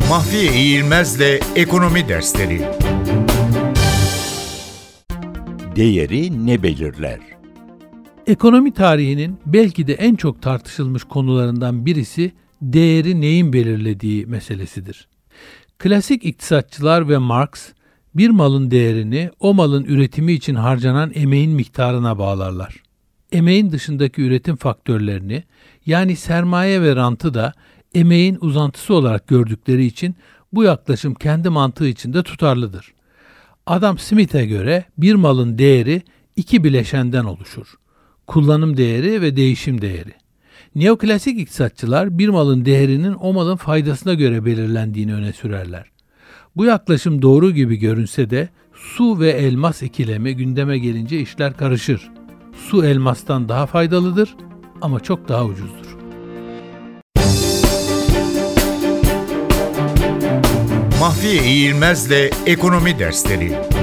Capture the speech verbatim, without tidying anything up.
Mahfiye İğilmez'le Ekonomi Dersleri. Değeri ne belirler? Ekonomi tarihinin belki de en çok tartışılmış konularından birisi değeri neyin belirlediği meselesidir. Klasik iktisatçılar ve Marx bir malın değerini o malın üretimi için harcanan emeğin miktarına bağlarlar. Emeğin dışındaki üretim faktörlerini, yani sermaye ve rantı da emeğin uzantısı olarak gördükleri için bu yaklaşım kendi mantığı içinde tutarlıdır. Adam Smith'e göre bir malın değeri iki bileşenden oluşur. Kullanım değeri ve değişim değeri. Neoklasik iktisatçılar bir malın değerinin o malın faydasına göre belirlendiğini öne sürerler. Bu yaklaşım doğru gibi görünse de su ve elmas ikilemi gündeme gelince işler karışır. Su elmastan daha faydalıdır ama çok daha ucuzdur. Mahfiye İğilmez'le Ekonomi Dersleri.